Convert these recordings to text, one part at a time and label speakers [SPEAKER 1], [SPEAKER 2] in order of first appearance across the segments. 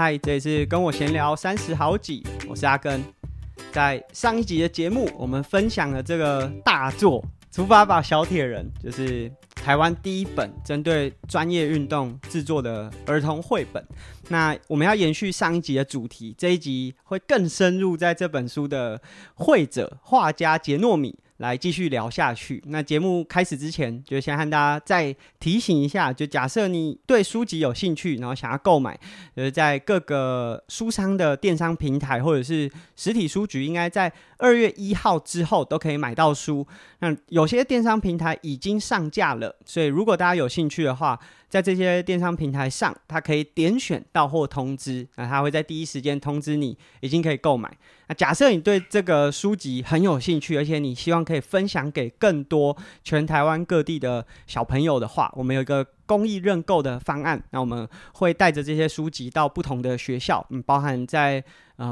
[SPEAKER 1] 嗨，这里是跟我闲聊30好几，我是阿根。在上一集的节目，我们分享了这个大作《除法吧小铁人》，就是台湾第一本针对专业运动制作的儿童绘本。那我们要延续上一集的主题，这一集会更深入在这本书的绘者画家杰诺米来继续聊下去。那节目开始之前，就先和大家再提醒一下，就假设你对书籍有兴趣，然后想要购买，就是在各个书商的电商平台或者是实体书局，应该在2月1号之后都可以买到书。那有些电商平台已经上架了，所以如果大家有兴趣的话，在这些电商平台上，它可以点选到货通知，那它会在第一时间通知你已经可以购买。那假设你对这个书籍很有兴趣，而且你希望可以分享给更多全台湾各地的小朋友的话，我们有一个公益认购的方案。那我们会带着这些书籍到不同的学校，包含在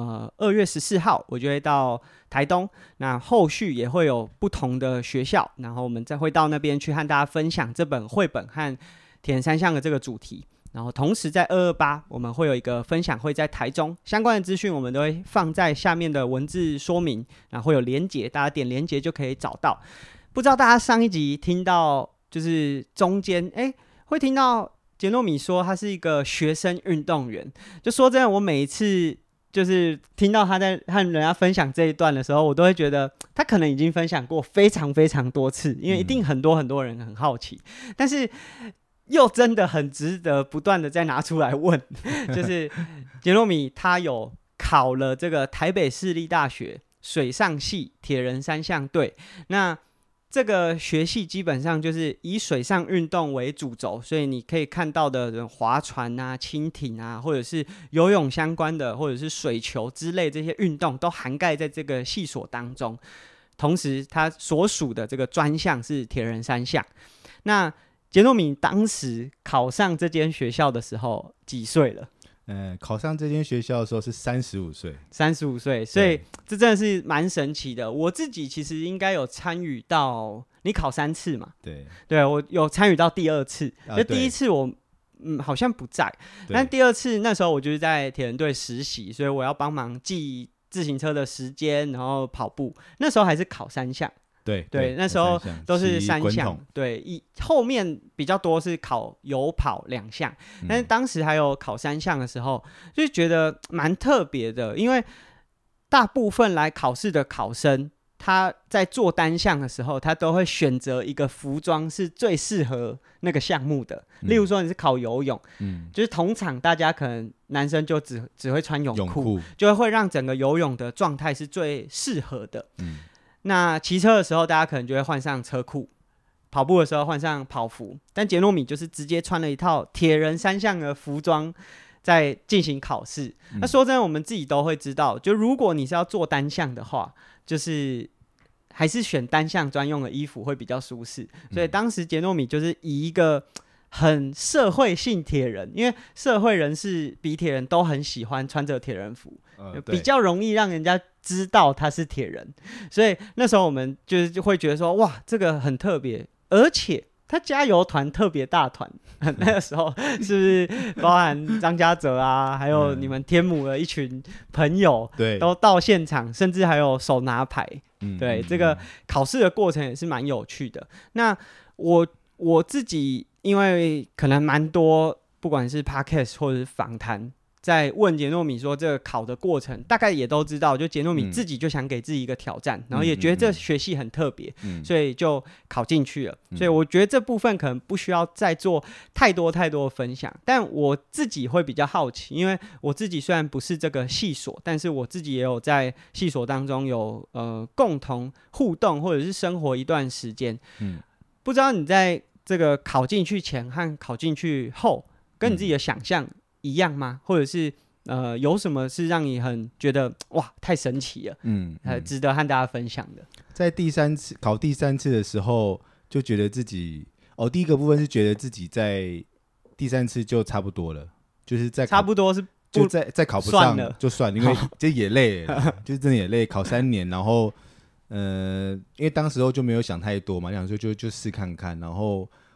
[SPEAKER 1] 2月14号我就会到台东，那后续也会有不同的学校，然后我们再会到那边去和大家分享这本绘本和铁人三项的这个主题。然后同时在228我们会有一个分享会在台中，相关的资讯我们都会放在下面的文字说明，然后会有连结，大家点连结就可以找到。不知道大家上一集听到就是中间会听到杰诺米说他是一个学生运动员，就说真的，我每一次就是听到他在和人家分享这一段的时候，我都会觉得他可能已经分享过非常非常多次，因为一定很多很多人很好奇，但是又真的很值得不断的再拿出来问。就是杰诺米他有考了这个台北市立大学水上系铁人三项队，那这个学系基本上就是以水上运动为主轴，所以你可以看到的划船啊、轻艇啊，或者是游泳相关的，或者是水球之类这些运动都涵盖在这个系所当中。同时他所属的这个专项是铁人三项。那杰诺米当时考上这间学校的时候几岁了？
[SPEAKER 2] 考上这间学校的时候是35岁。
[SPEAKER 1] 35岁，所以这真的是蛮神奇的。我自己其实应该有参与到，你考3次嘛？对，我有参与到第2次。就第一次我好像不在，但第2次那时候我就是在铁人队实习，所以我要帮忙记自行车的时间，然后跑步。那时候还是考3项。对，那时候都是3项，对，后面比较多是考游跑2项，但是当时还有考3项的时候，就觉得蛮特别的，因为大部分来考试的考生，他在做单项的时候，他都会选择一个服装是最适合那个项目的。例如说你是考游泳，就是同场大家可能男生就只会穿泳裤，就会让整个游泳的状态是最适合的。那骑车的时候大家可能就会换上车裤，跑步的时候换上跑服，但杰诺米就是直接穿了一套铁人三项的服装在进行考试。那说真的，我们自己都会知道，就如果你是要做单项的话，就是还是选单项专用的衣服会比较舒适。所以当时杰诺米就是以一个很社会性铁人，因为社会人士比铁人都很喜欢穿着铁人服，比较容易让人家知道他是铁人，所以那时候我们就会觉得说，哇，这个很特别，而且他加油团特别大团。那个时候是不是包含张家泽啊，还有你们天母的一群朋友，都到现场，甚至还有手拿牌。对，这个考试的过程也是蛮有趣的。那我自己因为可能蛮多，不管是 podcast 或者是访谈，在问杰诺米说这个考的过程，大概也都知道，就杰诺米自己就想给自己一个挑战，然后也觉得这学系很特别，所以就考进去了。所以我觉得这部分可能不需要再做太多的分享，但我自己会比较好奇，因为我自己虽然不是这个系所，但是我自己也有在系所当中有共同互动或者是生活一段时间。不知道你在这个考进去前和考进去后，跟你自己的想象一样吗？或者是有什么是让你很觉得哇太神奇了，值得和大家分享的？
[SPEAKER 2] 在考第三次的时候，就觉得自己第一个部分是觉得自己在第3次就差不多了，就是在
[SPEAKER 1] 差不多是
[SPEAKER 2] 就再考不上就算了，因为这也累了，就是真的也累，考3年，然后因为当时候就没有想太多嘛，想说就试看看，然后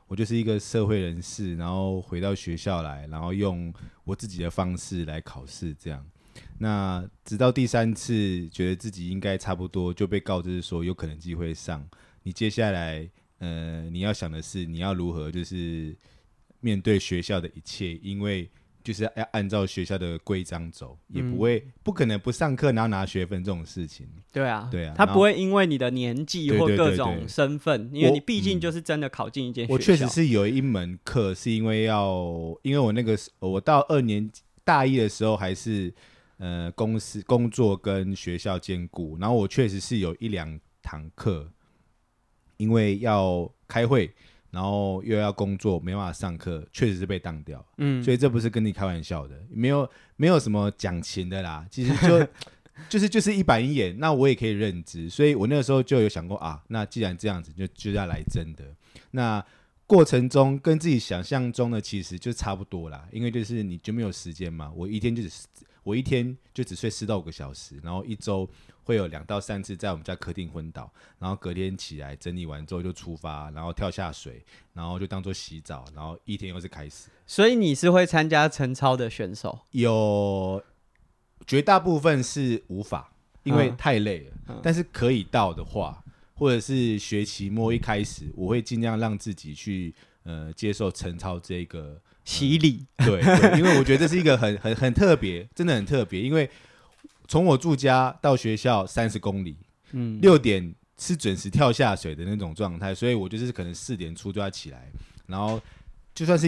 [SPEAKER 2] 我就是一个社会人士，然后回到学校来，然后用我自己的方式来考试这样。那直到第3次觉得自己应该差不多，就被告知说有可能机会上，你接下来你要想的是你要如何就是面对学校的一切，因为就是要按照学校的规章走，也不可能不上课然后拿学分这种事情。
[SPEAKER 1] 对啊，他不会因为你的年纪或各种身份，因为你毕竟就是真的考进一间学校。
[SPEAKER 2] 我确实是有一门课是因为我到2年大一的时候还是公司工作跟学校兼顾，然后我确实是有1-2堂课，因为要开会，然后又要工作，没办法上课，确实是被当掉。所以这不是跟你开玩笑的，没有什么讲情的啦，其实就是一板一眼，那我也可以认知，所以我那个时候就有想过啊，那既然这样子，就要来真的。那过程中跟自己想象中的其实就差不多啦，因为就是你就没有时间嘛，我一天就只睡4到5个小时，然后1周会有2到3次在我们家客厅昏倒，然后隔天起来整理完之后就出发，然后跳下水，然后就当作洗澡，然后一天又是开始。
[SPEAKER 1] 所以你是会参加晨操的选手？
[SPEAKER 2] 有，绝大部分是无法，因为太累了。但是可以到的话，或者是学期末一开始，我会尽量让自己去接受晨操这个
[SPEAKER 1] 洗礼。
[SPEAKER 2] 对，因为我觉得这是一个很特别，真的很特别。因为从我住家到学校30公里，6点是准时跳下水的那种状态，所以我就是可能4点出就要起来，然后就算是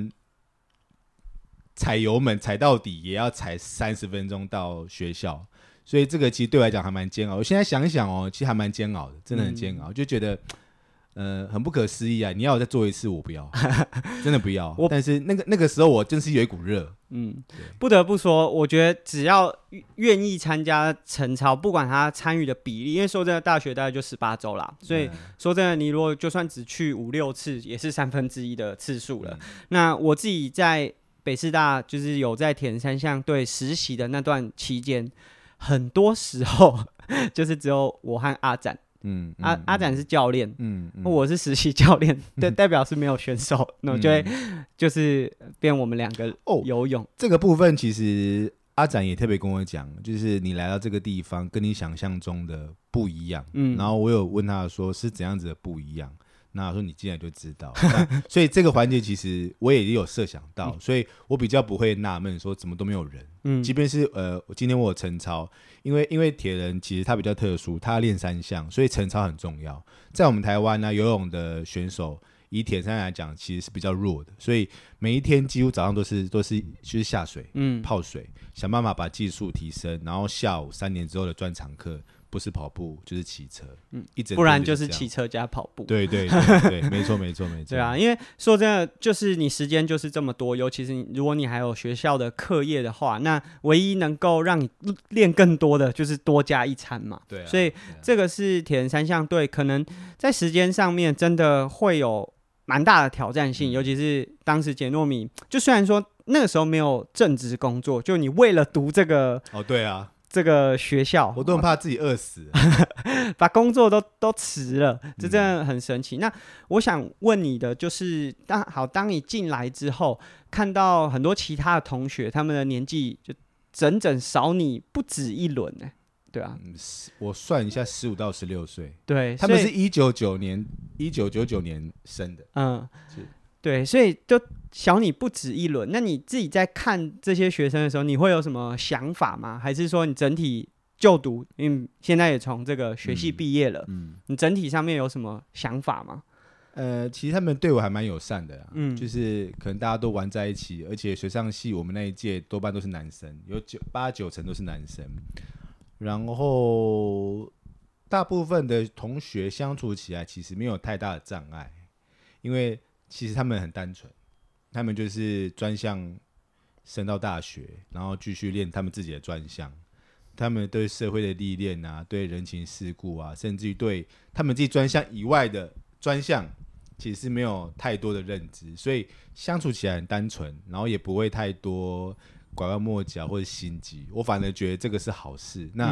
[SPEAKER 2] 踩油门踩到底，也要踩30分钟到学校。所以这个其实对我来讲还蛮煎熬。我现在想一想其实还蛮煎熬的，真的很煎熬，就觉得很不可思议啊！你要我再做一次，我不要，真的不要。但是那个时候我真是有一股热。
[SPEAKER 1] 不得不说，我觉得只要愿意参加晨操，不管他参与的比例，因为说真的，大学大概就18周啦，所以说真的，你如果就算只去5-6次，也是1/3的次数了。那我自己在北师大就是有在铁人3项队实习的那段期间，很多时候就是只有我和阿展。阿展是教练，我是实习教练，代表是没有选手，那我就会就是变我们2个游泳。
[SPEAKER 2] 这个部分其实阿展也特别跟我讲，就是你来到这个地方跟你想象中的不一样。然后我有问他说是怎样子的不一样，那他说你进来就知道。所以这个环节其实我也有设想到，所以我比较不会纳闷说怎么都没有人。即便是今天我有晨操，因为铁人其实他比较特殊，他要练3项，所以晨操很重要。在我们台湾呢，游泳的选手以铁人3项来讲，其实是比较弱的，所以每一天几乎早上都是就是下水，泡水，想办法把技术提升，然后下午3年之后的专场课。不是跑步就是骑车，
[SPEAKER 1] 不然就是骑车加跑步。
[SPEAKER 2] 对，没错。
[SPEAKER 1] 对啊，因为说真的，就是你时间就是这么多，尤其是如果你还有学校的课业的话，那唯一能够让你练更多的就是多加一餐嘛。对啊，所以这个是铁人3项队可能在时间上面真的会有蛮大的挑战性，尤其是当时杰诺米，就虽然说那个时候没有正职工作，就你为了读这个
[SPEAKER 2] 对啊。
[SPEAKER 1] 这个学校，
[SPEAKER 2] 我都很怕自己饿死，
[SPEAKER 1] 把工作都辞了，这真的很神奇。那我想问你的就是，当你进来之后，看到很多其他的同学，他们的年纪就整整少你不止一轮呢，对啊，
[SPEAKER 2] 我算一下，15到16岁，
[SPEAKER 1] 对，
[SPEAKER 2] 他们是1999年生的，
[SPEAKER 1] 对，所以就小你不止一轮。那你自己在看这些学生的时候，你会有什么想法吗？还是说你整体就读，因为现在也从这个学系毕业了，你整体上面有什么想法吗？
[SPEAKER 2] 其实他们对我还蛮友善的啦，就是可能大家都玩在一起，而且水上系我们那一届多半都是男生，有8-9成都是男生，然后大部分的同学相处起来其实没有太大的障碍，因为其实他们很单纯，他们就是专项升到大学，然后继续练他们自己的专项。他们对社会的历练啊，对人情世故啊，甚至于对他们自己专项以外的专项，其实是没有太多的认知，所以相处起来很单纯，然后也不会太多拐弯抹角或者心机。我反而觉得这个是好事。那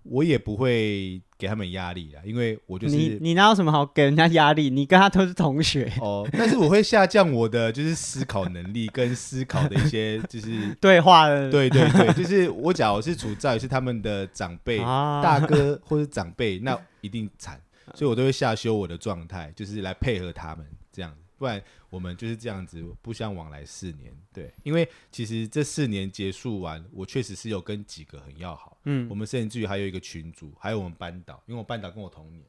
[SPEAKER 2] 我也不会给他们压力啦，因为我就是
[SPEAKER 1] 你哪有什么好给人家压力？你跟他都是同学
[SPEAKER 2] 哦，但是我会下降我的就是思考能力跟思考的一些就是
[SPEAKER 1] 对话的，
[SPEAKER 2] 对，就是我假如是处在是他们的长辈、大哥或者长辈，那一定惨，所以我都会下修我的状态，就是来配合他们这样子。不然我们就是这样子不相往来4年，对，因为其实这4年结束完，我确实是有跟几个很要好，我们甚至于还有一个群组，还有我们班导，因为我班导跟我同年，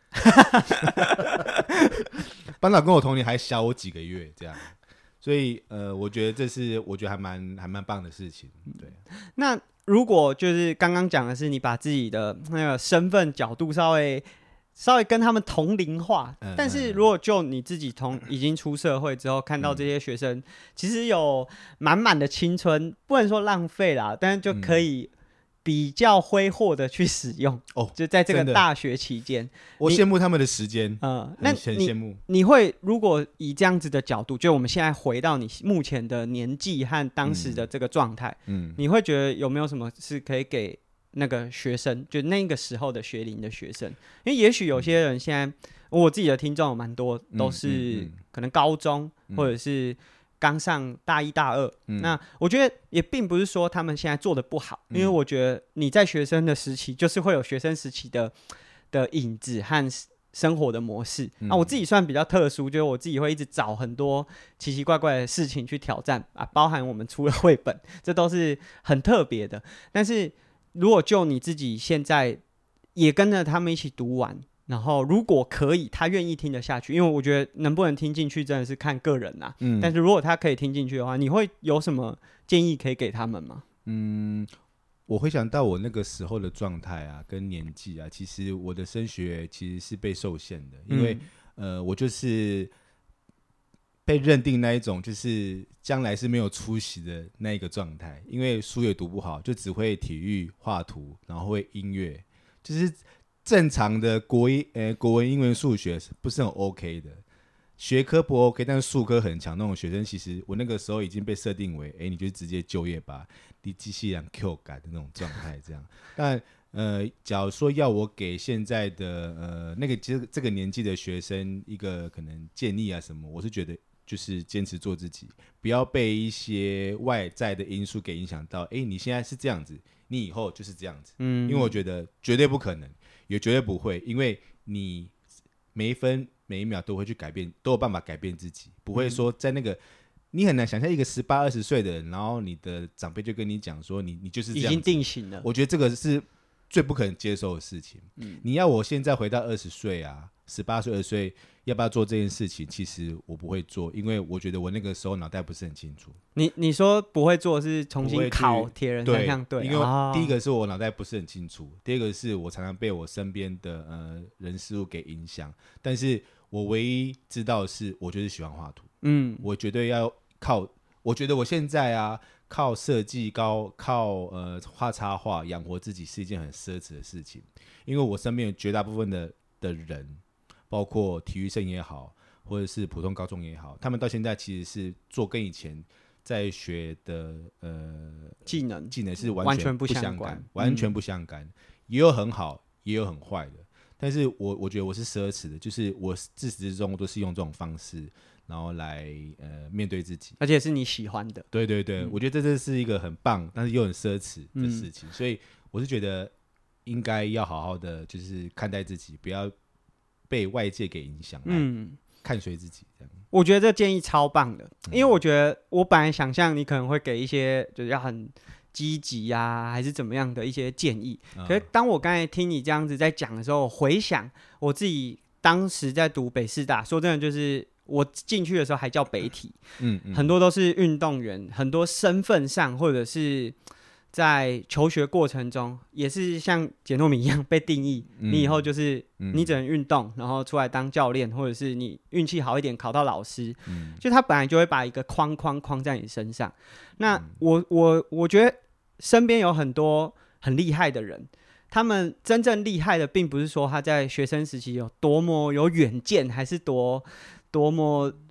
[SPEAKER 2] 班导跟我同年还小我几个月这样，所以我觉得这是我觉得还蛮棒的事情，对。
[SPEAKER 1] 那如果就是刚刚讲的是你把自己的那个身份角度稍微跟他们同龄化，但是如果就你自己已经出社会之后，看到这些学生其实有满满的青春，不能说浪费啦，但是就可以比较挥霍的去使用，就在这个大学期间，
[SPEAKER 2] 我羡慕他们的时间，
[SPEAKER 1] 那
[SPEAKER 2] 很羡慕。
[SPEAKER 1] 你会如果以这样子的角度，就我们现在回到你目前的年纪和当时的这个状态，你会觉得有没有什么是可以给那个学生，就那个时候的学龄的学生？因为也许有些人现在，我自己的听众有蛮多都是可能高中或者是刚上大1大2，那我觉得也并不是说他们现在做的不好，因为我觉得你在学生的时期就是会有学生时期的影子和生活的模式。我自己算比较特殊，就是我自己会一直找很多奇奇怪怪的事情去挑战包含我们出了绘本，这都是很特别的。但是如果就你自己现在也跟着他们一起读完，然后如果可以他愿意听得下去，因为我觉得能不能听进去真的是看个人啦，但是如果他可以听进去的话，你会有什么建议可以给他们吗？
[SPEAKER 2] 我会想到我那个时候的状态啊跟年纪啊，其实我的升学其实是被受限的，因为我就是被认定那一种就是将来是没有出息的那一个状态，因为书也读不好，就只会体育画图，然后会音乐，就是正常的国文英文数学不是很 OK 的，学科不 OK， 但是数科很强那种学生，其实我那个时候已经被设定为你就直接就业吧，你机器人 Q 感的那种状态这样。但假如说要我给现在的那个这个年纪的学生一个可能建议啊什么，我是觉得就是坚持做自己，不要被一些外在的因素给影响到。你现在是这样子，你以后就是这样子。因为我觉得绝对不可能，也绝对不会，因为你每一分每一秒都会去改变，都有办法改变自己，不会说在那个你很难想象一个18、20岁的人，然后你的长辈就跟你讲说你就是这样子，
[SPEAKER 1] 已经定型了。
[SPEAKER 2] 我觉得这个是最不可能接受的事情。你要我现在回到20岁啊，18岁、20岁，要不要做这件事情？其实我不会做，因为我觉得我那个时候脑袋不是很清楚。
[SPEAKER 1] 你说不会做是重新考铁人三项队，
[SPEAKER 2] 因为第一个是我脑袋不是很清楚，第二个是我常常被我身边的人事物给影响。但是我唯一知道的是，我就是喜欢画图。我绝对要靠，我觉得我现在啊，靠设计靠画插画养活自己是一件很奢侈的事情，因为我身边有绝大部分的人，包括体育生也好，或者是普通高中也好，他们到现在其实是做跟以前在学的技能是完全不相干，完全不相干，也有很好，也有很坏的。但是我觉得我是奢侈的，就是我自始至终都是用这种方式，然后来面对自己，
[SPEAKER 1] 而且是你喜欢的。
[SPEAKER 2] 对对对，我觉得这是一个很棒，但是又很奢侈的事情，所以我是觉得应该要好好的就是看待自己，不要被外界给影响，看随自己这样。
[SPEAKER 1] 我觉得这建议超棒的，因为我觉得我本来想象你可能会给一些就是要很积极啊，还是怎么样的一些建议。可是当我刚才听你这样子在讲的时候，我回想我自己当时在读北师大，说真的，就是我进去的时候还叫北体，很多都是运动员，很多身份上或者是在求学过程中，也是像简糯米一样被定义，你以后就是你只能运动，然后出来当教练，或者是你运气好一点考到老师，就他本来就会把一个框在你身上。那我觉得身边有很多很厉害的人，他们真正厉害的并不是说他在学生时期有多么有远见，还是多么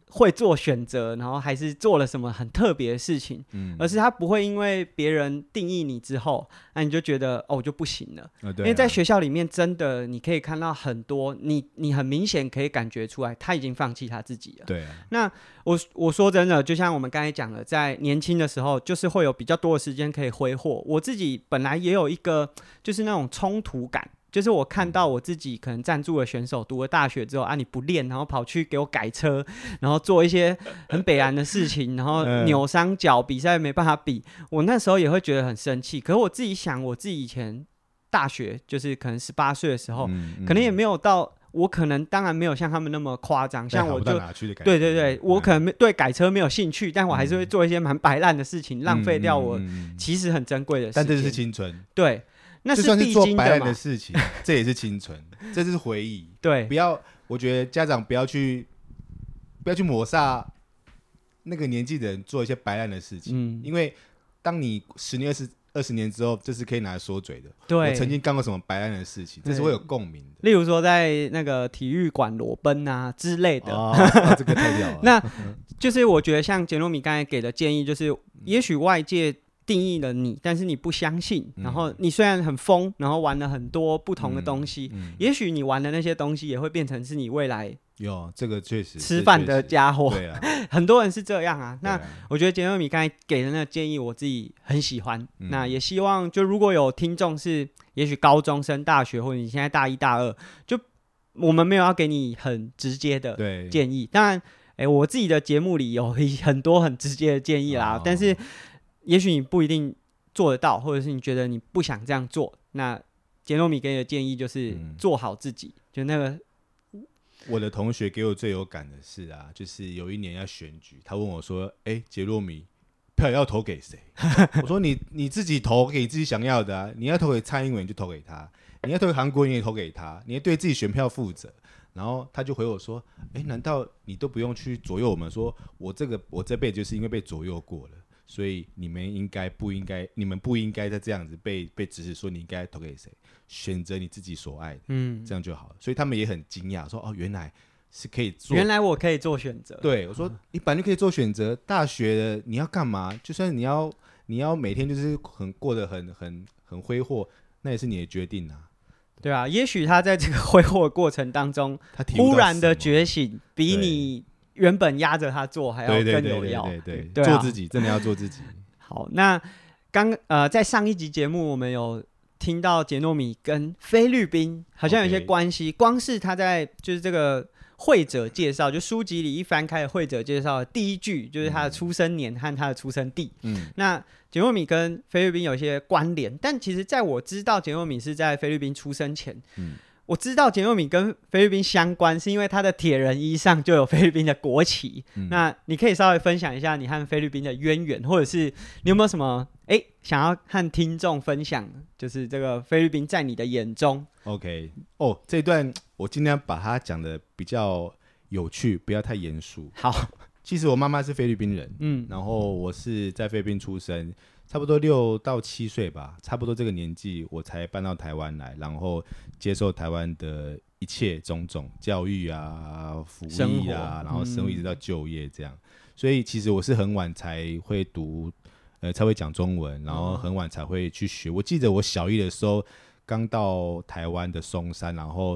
[SPEAKER 1] 会做选择，然后还是做了什么很特别的事情，而是他不会因为别人定义你之后，那你就觉得我就不行了。因为在学校里面真的你可以看到很多你很明显可以感觉出来他已经放弃他自己了。
[SPEAKER 2] 对啊，
[SPEAKER 1] 那我说真的，就像我们刚才讲了，在年轻的时候就是会有比较多的时间可以挥霍。我自己本来也有一个就是那种冲突感，就是我看到我自己可能赞助了选手，读了大学之后你不练，然后跑去给我改车，然后做一些很北蓝的事情，然后扭伤脚，比赛没办法比，我那时候也会觉得很生气。可是我自己想，我自己以前大学就是可能18岁的时候，可能也没有到。我可能当然没有像他们那么夸张，像我就对对对，我可能对改车没有兴趣，但我还是会做一些蛮白烂的事情，浪费掉我其实很珍贵的时间。
[SPEAKER 2] 但这是青春，
[SPEAKER 1] 对，那是必经的嘛。就
[SPEAKER 2] 算是做白烂的事情，这也是青春，这是回忆。
[SPEAKER 1] 对，
[SPEAKER 2] 不要，我觉得家长不要去抹煞那个年纪的人做一些白烂的事情，因为当你10年20年之后，这是可以拿来说嘴的。对，我曾经干过什么白烂的事情，这是会有共鸣的。
[SPEAKER 1] 例如说，在那个体育馆裸奔啊之类的。
[SPEAKER 2] 这个太屌了。
[SPEAKER 1] 那就是我觉得像杰诺米刚才给的建议，就是也许外界定义了你，但是你不相信，然后你虽然很疯，然后玩了很多不同的东西，也许你玩的那些东西也会变成是你未来
[SPEAKER 2] 这个确实
[SPEAKER 1] 吃饭的家伙。
[SPEAKER 2] 对啊，
[SPEAKER 1] 很多人是这样啊。那我觉得杰诺米刚才给的那个建议我自己很喜欢，那也希望就如果有听众是也许高中生、大学，或者你现在大1大2，就我们没有要给你很直接的建议，当然我自己的节目里有很多很直接的建议啦，但是也许你不一定做得到，或者是你觉得你不想这样做，那杰诺米给你的建议就是做好自己。就那个
[SPEAKER 2] 我的同学给我最有感的是啊，就是有一年要选举，他问我说：“杰诺米，票要投给谁？”我说你自己投给自己想要的啊，你要投给蔡英文你就投给他，你要投给韩国你也投给他，你要对自己选票负责。然后他就回我说：“难道你都不用去左右我们？说我这辈子就是因为被左右过了。”所以你们不应该再这样子被指使说你应该投给谁，选择你自己所爱的，这样就好了。所以他们也很惊讶，说原来是可以做，
[SPEAKER 1] 原来我可以做选择。
[SPEAKER 2] 对，我说你本来就可以做选择，大学的你要干嘛？就算你要每天就是过得很挥霍，那也是你的决定啊。
[SPEAKER 1] 对啊，也许他在这个挥霍的过程当中，他忽然的觉醒，比你原本压着他做还要更有料。
[SPEAKER 2] 对，做自己，真的要做自己。
[SPEAKER 1] 好，那在上一集节目我们有听到杰诺米跟菲律宾好像有一些关系，光是他在就是这个会者介绍，就书籍里一翻开的会者介绍的第一句就是他的出生年和他的出生地。那杰诺米跟菲律宾有一些关联，但其实在我知道杰诺米是在菲律宾出生前，我知道杰诺米跟菲律宾相关是因为他的铁人衣上就有菲律宾的国旗。那你可以稍微分享一下你和菲律宾的渊源，或者是你有没有什么想要和听众分享，就是这个菲律宾在你的眼中。
[SPEAKER 2] OK， 这一段我尽量把它讲的比较有趣，不要太严肃。
[SPEAKER 1] 好，
[SPEAKER 2] 其实我妈妈是菲律宾人，然后我是在菲律宾出生，差不多6到7岁吧，差不多这个年纪我才搬到台湾来，然后接受台湾的一切种种教育啊、福利啊，然后生活一直到就业这样。所以其实我是很晚才会读，才会讲中文，然后很晚才会去学。我记得我小1的时候刚到台湾的松山，然后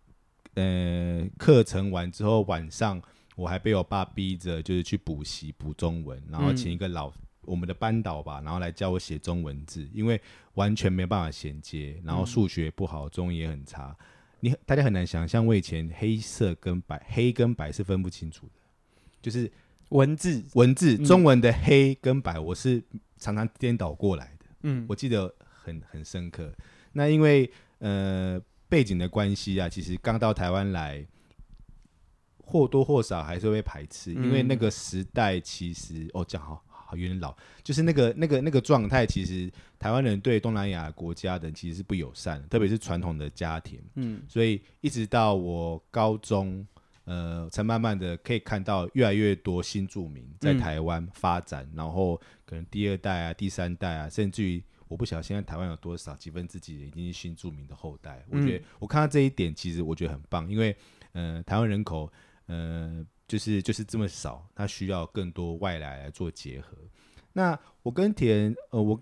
[SPEAKER 2] 课程完之后晚上我还被我爸逼着就是去补习补中文，然后请一个我们的班导吧，然后来教我写中文字，因为完全没办法衔接，然后数学不好，中文也很差。大家很难想象，我以前黑跟白是分不清楚的，就是文字中文的黑跟白，我是常常颠倒过来的。我记得很深刻。那因为背景的关系啊，其实刚到台湾来，或多或少还是会被排斥，因为那个时代其实讲好有点老，就是那个状态，其实台湾人对东南亚国家的其实是不友善的，特别是传统的家庭。所以一直到我高中，才慢慢的可以看到越来越多新住民在台湾发展，然后可能第2代啊、第3代啊，甚至于我不晓得现在台湾有多少几分之几已经是新住民的后代。我觉得我看到这一点，其实我觉得很棒，因为台湾人口就是这么少，它需要更多外来做结合。那我跟铁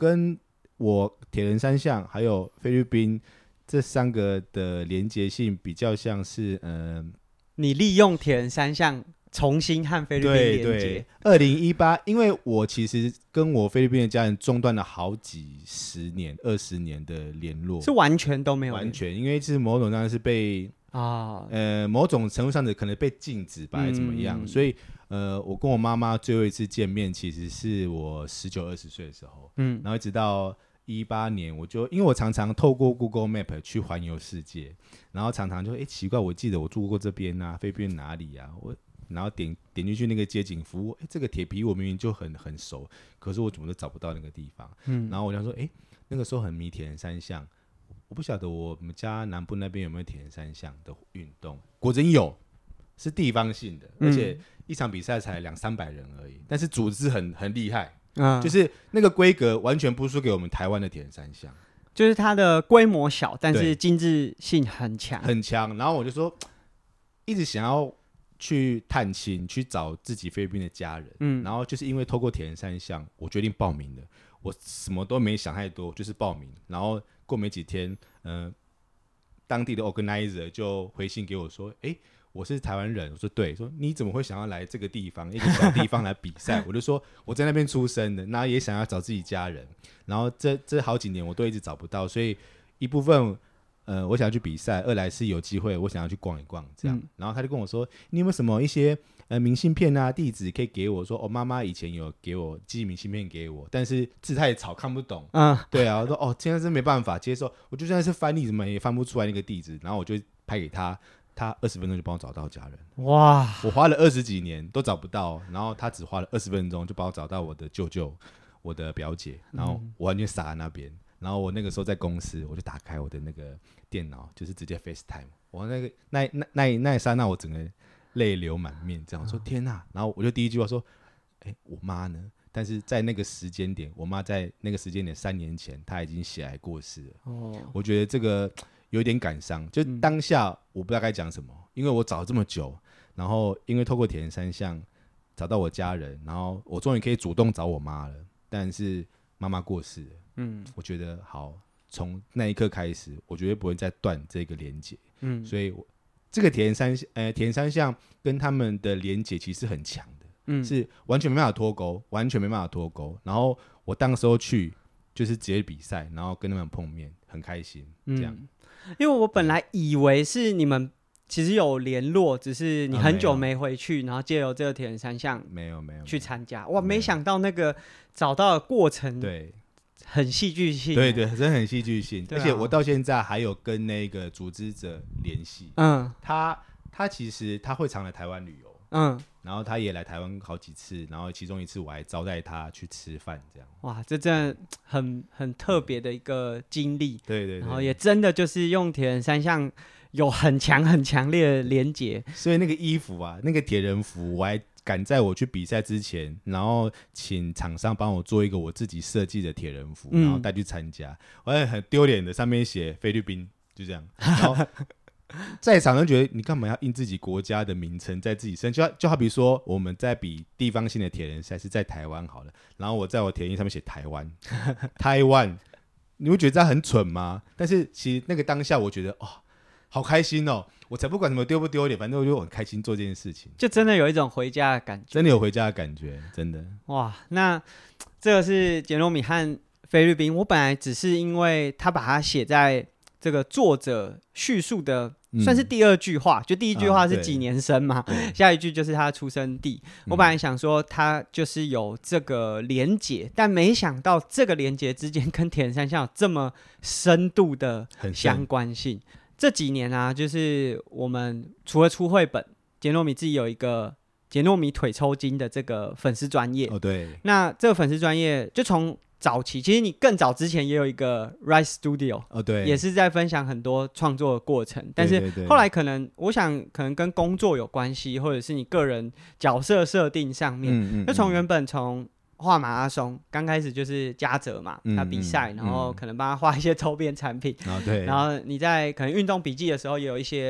[SPEAKER 2] 人三项还有菲律宾这3个的连结性比较像是
[SPEAKER 1] 你利用铁人三项重新和菲律宾连接。
[SPEAKER 2] 对，2018，因为我其实跟我菲律宾的家人中断了好几十年、20年的联络，
[SPEAKER 1] 是完全都没有，
[SPEAKER 2] 完全，因为是某种上是被某种程度上的可能被禁止吧，还是怎么样，所以我跟我妈妈最后一次见面其实是我19、20岁的时候，然后一直到18年，因为我常常透过 Google Map 去环游世界，然后常常就奇怪，我记得我住过这边啊，菲律宾哪里啊，然后点进去那个街景服务，这个铁皮我明明就很熟，可是我怎么都找不到那个地方，然后我想说，那个时候很迷铁人三项，我不晓得我们家南部那边有没有铁人三项的运动，果真有，是地方性的，而且一场比赛才200-300人而已，但是组织很厉害。就是那个规格完全不输给我们台湾的铁人三项，
[SPEAKER 1] 就是它的规模小，但是精致性很强，
[SPEAKER 2] 很强。然后我就说，一直想要去探亲，去找自己菲律宾的家人。然后就是因为透过铁人三项，我决定报名的。我什么都没想太多，就是报名。然后过没几天，当地的 organizer 就回信给我说，我是台湾人，我说对，说你怎么会想要来这个地方，一个小地方来比赛？我就说我在那边出生的，那也想要找自己家人，然后这好几年我都一直找不到，所以一部分我想要去比赛，二来是有机会我想要去逛一逛这样，然后他就跟我说，你有没有什么一些明信片啊地址可以给我？说妈妈以前有给我寄明信片给我，但是字太吵看不懂，对啊，我说现在是没办法接受，我就算是翻译什么也翻不出来那个地址，然后我就拍给他。他20分钟就帮我找到家人，哇！我花了20几年都找不到，然后他只花了20分钟就帮我找到我的舅舅、我的表姐，然后我完全傻在那边。然后我那个时候在公司，我就打开我的那个电脑，就是直接 FaceTime。我那一刹那，我整个泪流满面，这样我说天哪！然后我就第一句话说：“我妈呢？”但是在那个时间点，我妈在那个时间点3年前，她已经血癌过世了。我觉得这个。有点感伤，就当下我不知道该讲什么，因为我找了这么久，然后因为透过铁人三项找到我家人，然后我终于可以主动找我妈了，但是妈妈过世了，我觉得好，从那一刻开始，我绝对不会再断这个连结，所以这个铁人三项跟他们的连结其实很强的，是完全没办法脱钩，然后我当时候去就是直接比赛，然后跟他们碰面，很开心，这样。
[SPEAKER 1] 因为我本来以为是你们其实有联络，只是你很久没回去，然后借由这个铁人三项
[SPEAKER 2] 没有
[SPEAKER 1] 去参加。哇，没想到那个找到的过程，
[SPEAKER 2] 对，
[SPEAKER 1] 很戏剧性。
[SPEAKER 2] 对，真的很戏剧性。而且我到现在还有跟那个组织者联系。他其实他会常来台湾旅游。然后他也来台湾好几次，然后其中一次我还招待他去吃饭，这样。
[SPEAKER 1] 哇，这真的很特别的一个经历。
[SPEAKER 2] 对，
[SPEAKER 1] 然后也真的就是用铁人三项有很强烈的连结。
[SPEAKER 2] 所以那个衣服啊，那个铁人服，我还赶在我去比赛之前，然后请厂商帮我做一个我自己设计的铁人服，然后带去参加。我还很丢脸的，上面写菲律宾，就这样。然后在场人觉得你干嘛要印自己国家的名称在自己身，就好比说我们在比地方性的铁人赛是在台湾好了，然后我在我铁人上面写台湾，台湾，你会觉得这样很蠢吗？但是其实那个当下我觉得好开心哦，我才不管什么丢不丢脸，反正我就很开心做这件事情，
[SPEAKER 1] 就真的有一种回家的感觉，
[SPEAKER 2] 真的有回家的感觉，真的。
[SPEAKER 1] 哇，那这个是杰罗米和菲律宾，我本来只是因为他把它写在这个作者叙述的算是第二句话，就第一句话是几年生嘛，下一句就是他的出生地。我本来想说他就是有这个连结，但没想到这个连结之间跟铁人三项有这么深度的相关性。这几年啊，就是我们除了出绘本，杰诺米自己有一个杰诺米腿抽筋的这个粉丝专页。
[SPEAKER 2] 对，
[SPEAKER 1] 那这个粉丝专页就从早期，其实你更早之前也有一个 Rise Studio，
[SPEAKER 2] 对，
[SPEAKER 1] 也是在分享很多创作的过程。但是后来可能，我想可能跟工作有关系，或者是你个人角色设定上面，就从原本从画马拉松刚开始就是嘉泽嘛，他比赛，然后可能帮他画一些周边产品，
[SPEAKER 2] 对，
[SPEAKER 1] 然后你在可能运动笔记的时候也有一些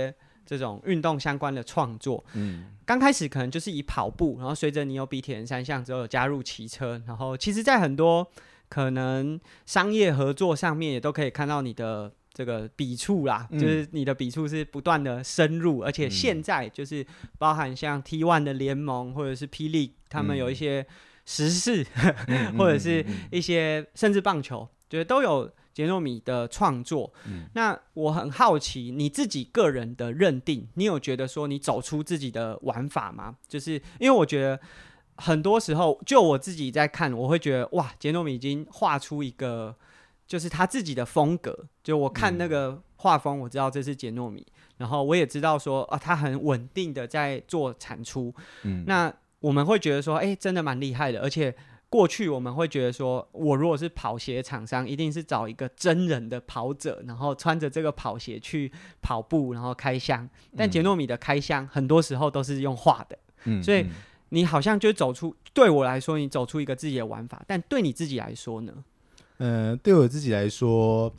[SPEAKER 1] 这种运动相关的创作。刚开始可能就是以跑步，然后随着你有比铁人三项之后有加入骑车，然后其实在很多可能商业合作上面也都可以看到你的这个笔触啦，就是你的笔触是不断的深入，而且现在就是包含像 T1 的联盟或者是霹雳，他们有一些时事或者是一些甚至棒球，就是都有杰诺米的创作。那我很好奇你自己个人的认定，你有觉得说你走出自己的玩法吗？就是因为我觉得很多时候就我自己在看，我会觉得哇，杰诺米已经画出一个就是他自己的风格，就我看那个画风我知道这是杰诺米，然后我也知道说他很稳定的在做产出。那我们会觉得说真的蛮厉害的，而且过去我们会觉得说我如果是跑鞋厂商一定是找一个真人的跑者，然后穿着这个跑鞋去跑步然后开箱，但杰诺米的开箱很多时候都是用画的。所以你好像就走出，对我来说你走出一个自己的玩法，但对你自己来说呢？
[SPEAKER 2] 对我自己来说，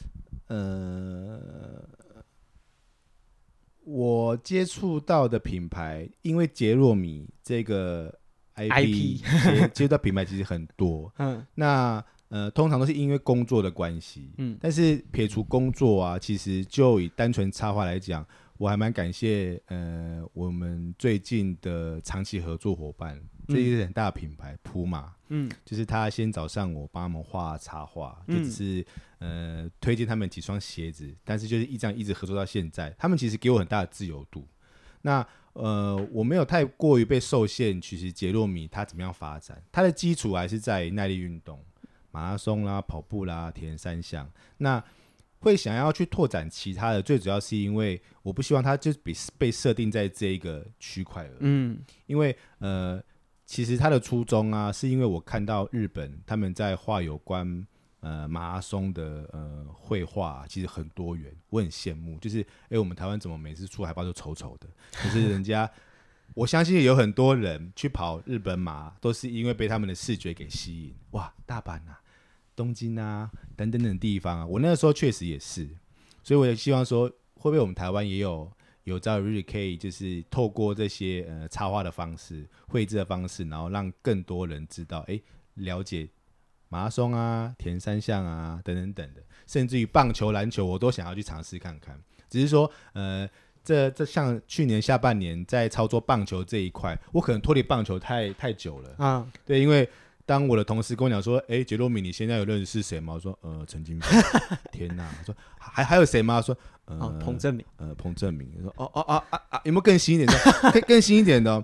[SPEAKER 2] 我接触到的品牌，因为杰诺米这个 IP 接触到品牌其实很多，那通常都是因为工作的关系，但是撇除工作啊，其实就以单纯插画来讲，我还蛮感谢我们最近的长期合作伙伴，这一个很大的品牌普马，就是他先找上我帮他们画插画，就只是推荐他们几双鞋子，但是就是这样一直合作到现在，他们其实给我很大的自由度。那我没有太过于被受限，其实杰诺米他怎么样发展，他的基础还是在耐力运动，马拉松啦、跑步啦、铁人三项。那会想要去拓展其他的，最主要是因为我不希望它就被设定在这一个区块而已。因为其实它的初衷啊，是因为我看到日本他们在画有关马拉松的绘画，其实很多元，我很羡慕。就是我们台湾怎么每次出海报都丑丑的，可是人家我相信有很多人去跑日本马，都是因为被他们的视觉给吸引。哇，大阪啊！东京啊，等等等地方啊，我那个时候确实也是，所以我也希望说，会不会我们台湾也有朝一日可以就是透过这些插画的方式、绘制的方式，然后让更多人知道，了解马拉松啊、铁人三项啊等等等的，甚至于棒球、篮球，我都想要去尝试看看。只是说，这像去年下半年在操作棒球这一块，我可能脱离棒球太久了对，因为当我的同事跟我讲说，杰诺米你现在有认识谁吗？我说陈金平天哪，我说还有谁吗？我说
[SPEAKER 1] 彭正明
[SPEAKER 2] 彭正明，我说有没有更新一点的更新一点的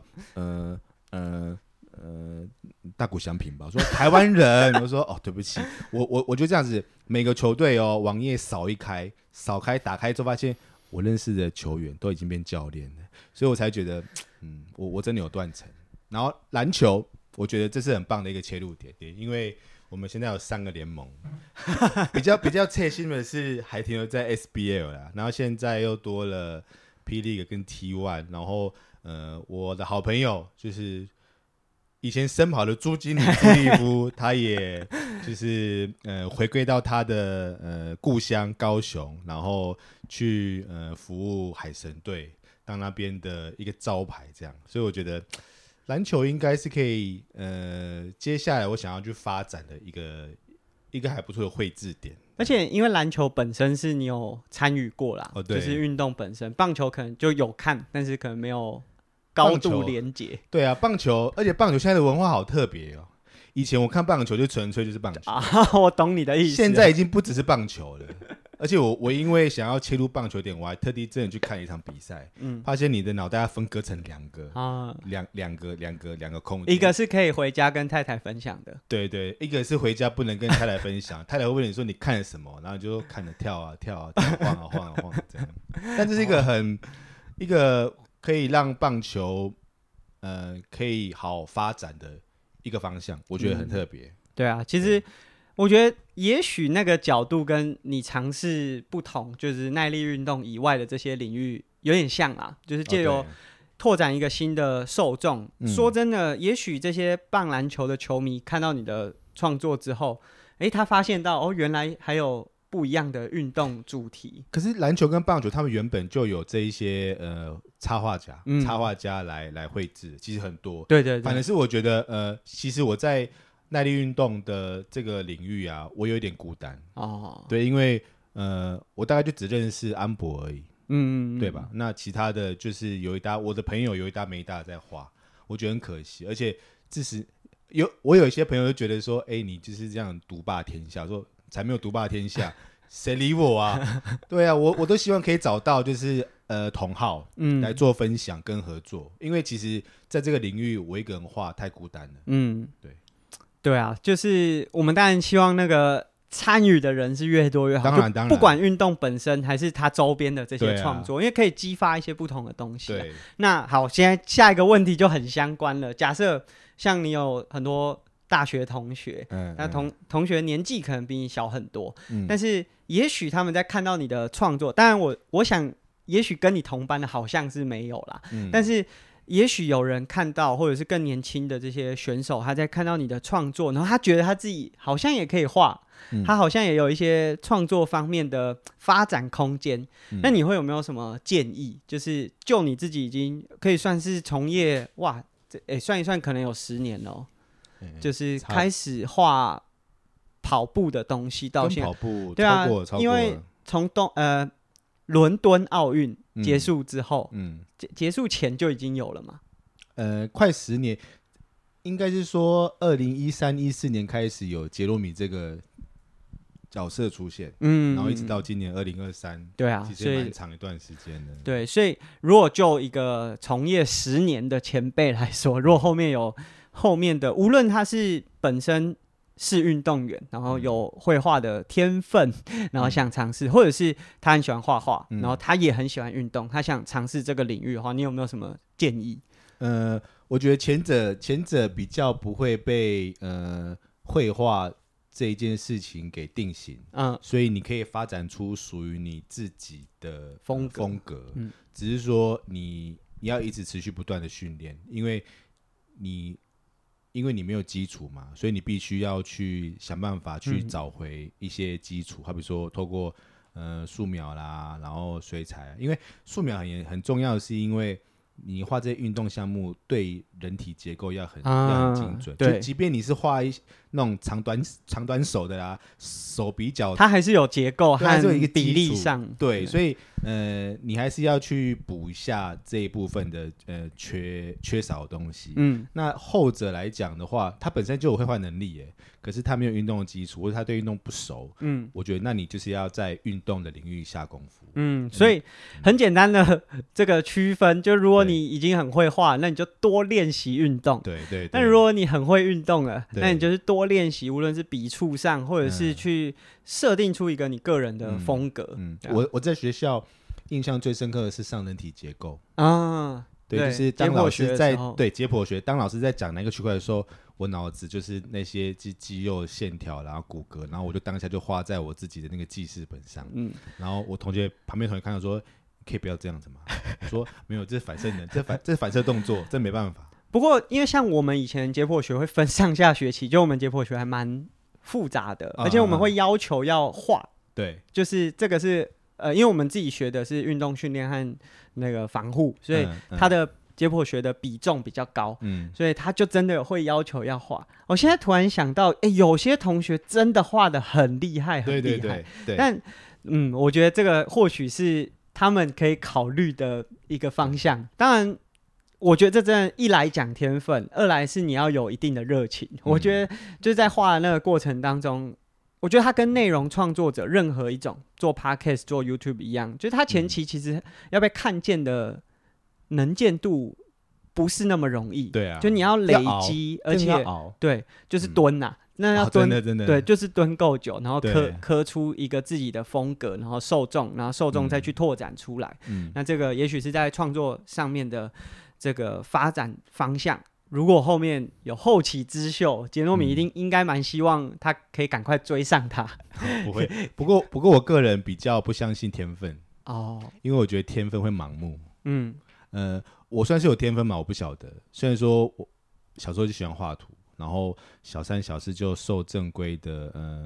[SPEAKER 2] 大谷翔平吧。我说台湾人我说对不起，我就这样子，每个球队网页扫开打开之后发现我认识的球员都已经变教练了，所以我才觉得我真的有断层。然后篮球我觉得这是很棒的一个切入点，因为我们现在有3个联盟，比较切心的是还停留在 SBL 啦，然后现在又多了 P League 跟 T1， 然后我的好朋友就是以前深跑的朱经理朱立夫，他也就是回归到他的故乡高雄，然后去服务海神队，当那边的一个招牌这样，所以我觉得篮球应该是可以接下来我想要去发展的一个还不错的绘制点。
[SPEAKER 1] 而且因为篮球本身是你有参与过啦，就是运动本身，棒球可能就有看，但是可能没有高度连结。
[SPEAKER 2] 对啊，棒球，而且棒球现在的文化好特别哦。以前我看棒球就纯粹就是棒球
[SPEAKER 1] 我懂你的意思。
[SPEAKER 2] 现在已经不只是棒球了。而且我因为想要切入棒球点，我还特地真的去看了一场比赛，发现你的脑袋要分割成两个空间，
[SPEAKER 1] 一个是可以回家跟太太分享的，
[SPEAKER 2] 对对，一个是回家不能跟太太分享，太太会问你说你看了什么，然后你就看着跳啊跳啊晃啊晃这样。但这是一个可以让棒球可以好发展的一个方向，我觉得很特别。
[SPEAKER 1] 对啊，其实我觉得也许那个角度跟你尝试不同，就是耐力运动以外的这些领域有点像啊，就是借由拓展一个新的受众。说真的，也许这些棒篮球的球迷看到你的创作之后，他发现到原来还有不一样的运动主题。
[SPEAKER 2] 可是篮球跟棒球他们原本就有这一些插画家来绘制，其实很多。
[SPEAKER 1] 对对对，
[SPEAKER 2] 反正是我觉得其实我在耐力运动的这个领域啊，我有一点孤单哦。对，因为我大概就只认识安博而已，对吧？那其他的就是我的朋友有一搭没一搭在画，我觉得很可惜。而且我有一些朋友就觉得说，你就是这样独霸天下，说才没有独霸天下，谁理我啊？对啊，我都希望可以找到就是同好来做分享跟合作，因为其实在这个领域我一个人画太孤单了。
[SPEAKER 1] 对啊，就是我们当然希望那个参与的人是越多越好，
[SPEAKER 2] 当然
[SPEAKER 1] 不管运动本身还是它周边的这些创作，因为可以激发一些不同的东西。对，那好，现在下一个问题就很相关了。假设像你有很多大学同学，那同学年纪可能比你小很多，但是也许他们在看到你的创作，当然我想也许跟你同班的好像是没有啦，但是也许有人看到，或者是更年轻的这些选手，他在看到你的创作，然后他觉得他自己好像也可以画，他好像也有一些创作方面的发展空间。那你会有没有什么建议？就你自己已经可以算是从业算一算可能有10年了，就是开始画跑步的东西到现在，
[SPEAKER 2] 跑步
[SPEAKER 1] 对啊，
[SPEAKER 2] 超过
[SPEAKER 1] 因为从伦敦奥运结束之后，结束前就已经有了嘛？
[SPEAKER 2] 快10年，应该是说2013、14年开始有杰罗米这个角色出现，然后一直到今年2023，
[SPEAKER 1] 对啊，
[SPEAKER 2] 其实蛮长一段时间的。
[SPEAKER 1] 对，所以如果就一个从业10年的前辈来说，如果后面有后面的，无论他是本身是运动员，然后有绘画的天分，然后想尝试，或者是他很喜欢画画，然后他也很喜欢运动，他想尝试这个领域的话，你有没有什么建议？
[SPEAKER 2] 我觉得前者比较不会被绘画这一件事情给定型，所以你可以发展出属于你自己的风格，只是说你要一直持续不断的训练，因为你没有基础嘛，所以你必须要去想办法去找回一些基础，好比说透过素描啦，然后水彩，因为素描很重要的是因为你画这些运动项目对人体结构要很精准，就即便你是画那种长短手的啦，手比脚，
[SPEAKER 1] 它还是有结构和一个比例上，
[SPEAKER 2] 对，所以你还是要去补一下这一部分的缺少的东西。那后者来讲的话，他本身就有绘画能力耶，可是他没有运动的基础，或者他对运动不熟，我觉得那你就是要在运动的领域下功夫。
[SPEAKER 1] 所以很简单的这个区分，就如果你已经很会画，那你就多练习运动。对。但如果你很会运动了，那你就是多练习，无论是笔触上，或者是去设定出一个你个人的风格。
[SPEAKER 2] 我在学校印象最深刻的是上人体结构对，就是
[SPEAKER 1] 当
[SPEAKER 2] 老师在解剖学，当老师在讲哪个区块的时候，我脑子就是那些肌肉线条，然后骨骼，然后我就当下就画在我自己的那个记事本上。然后我旁边同学看到说，可以不要这样子吗？我说没有，这是反射能，这是反射动作，这没办法。
[SPEAKER 1] 不过因为像我们以前解剖学会分上下学期，就我们解剖学还蛮复杂的，而且我们会要求要画。对，就是这个是因为我们自己学的是运动训练和那个防护，所以它的解剖学的比重比较高，所以他就真的会要求要画。我现在突然想到，有些同学真的画得很厉害，很厉害。对，但我觉得这个或许是他们可以考虑的一个方向。当然，我觉得这真的，一来讲天分，二来是你要有一定的热情。我觉得就是在画的那个过程当中，我觉得他跟内容创作者任何一种做 podcast 做 YouTube 一样，就是他前期其实要被看见的能见度不是那么容易。对啊，就你要累积，而且对，就是蹲啊，那要蹲，真的对，就是蹲够久，然后刻出一个自己的风格，然后受众再去拓展出来。那这个也许是在创作上面的这个发展方向。如果后面有后起之秀，杰诺米应该蛮希望他可以赶快追上他。
[SPEAKER 2] 不会，不过我个人比较不相信天分因为我觉得天分会盲目。我算是有天分嘛，我不晓得。虽然说我小时候就喜欢画图，然后小3、小4就受正规的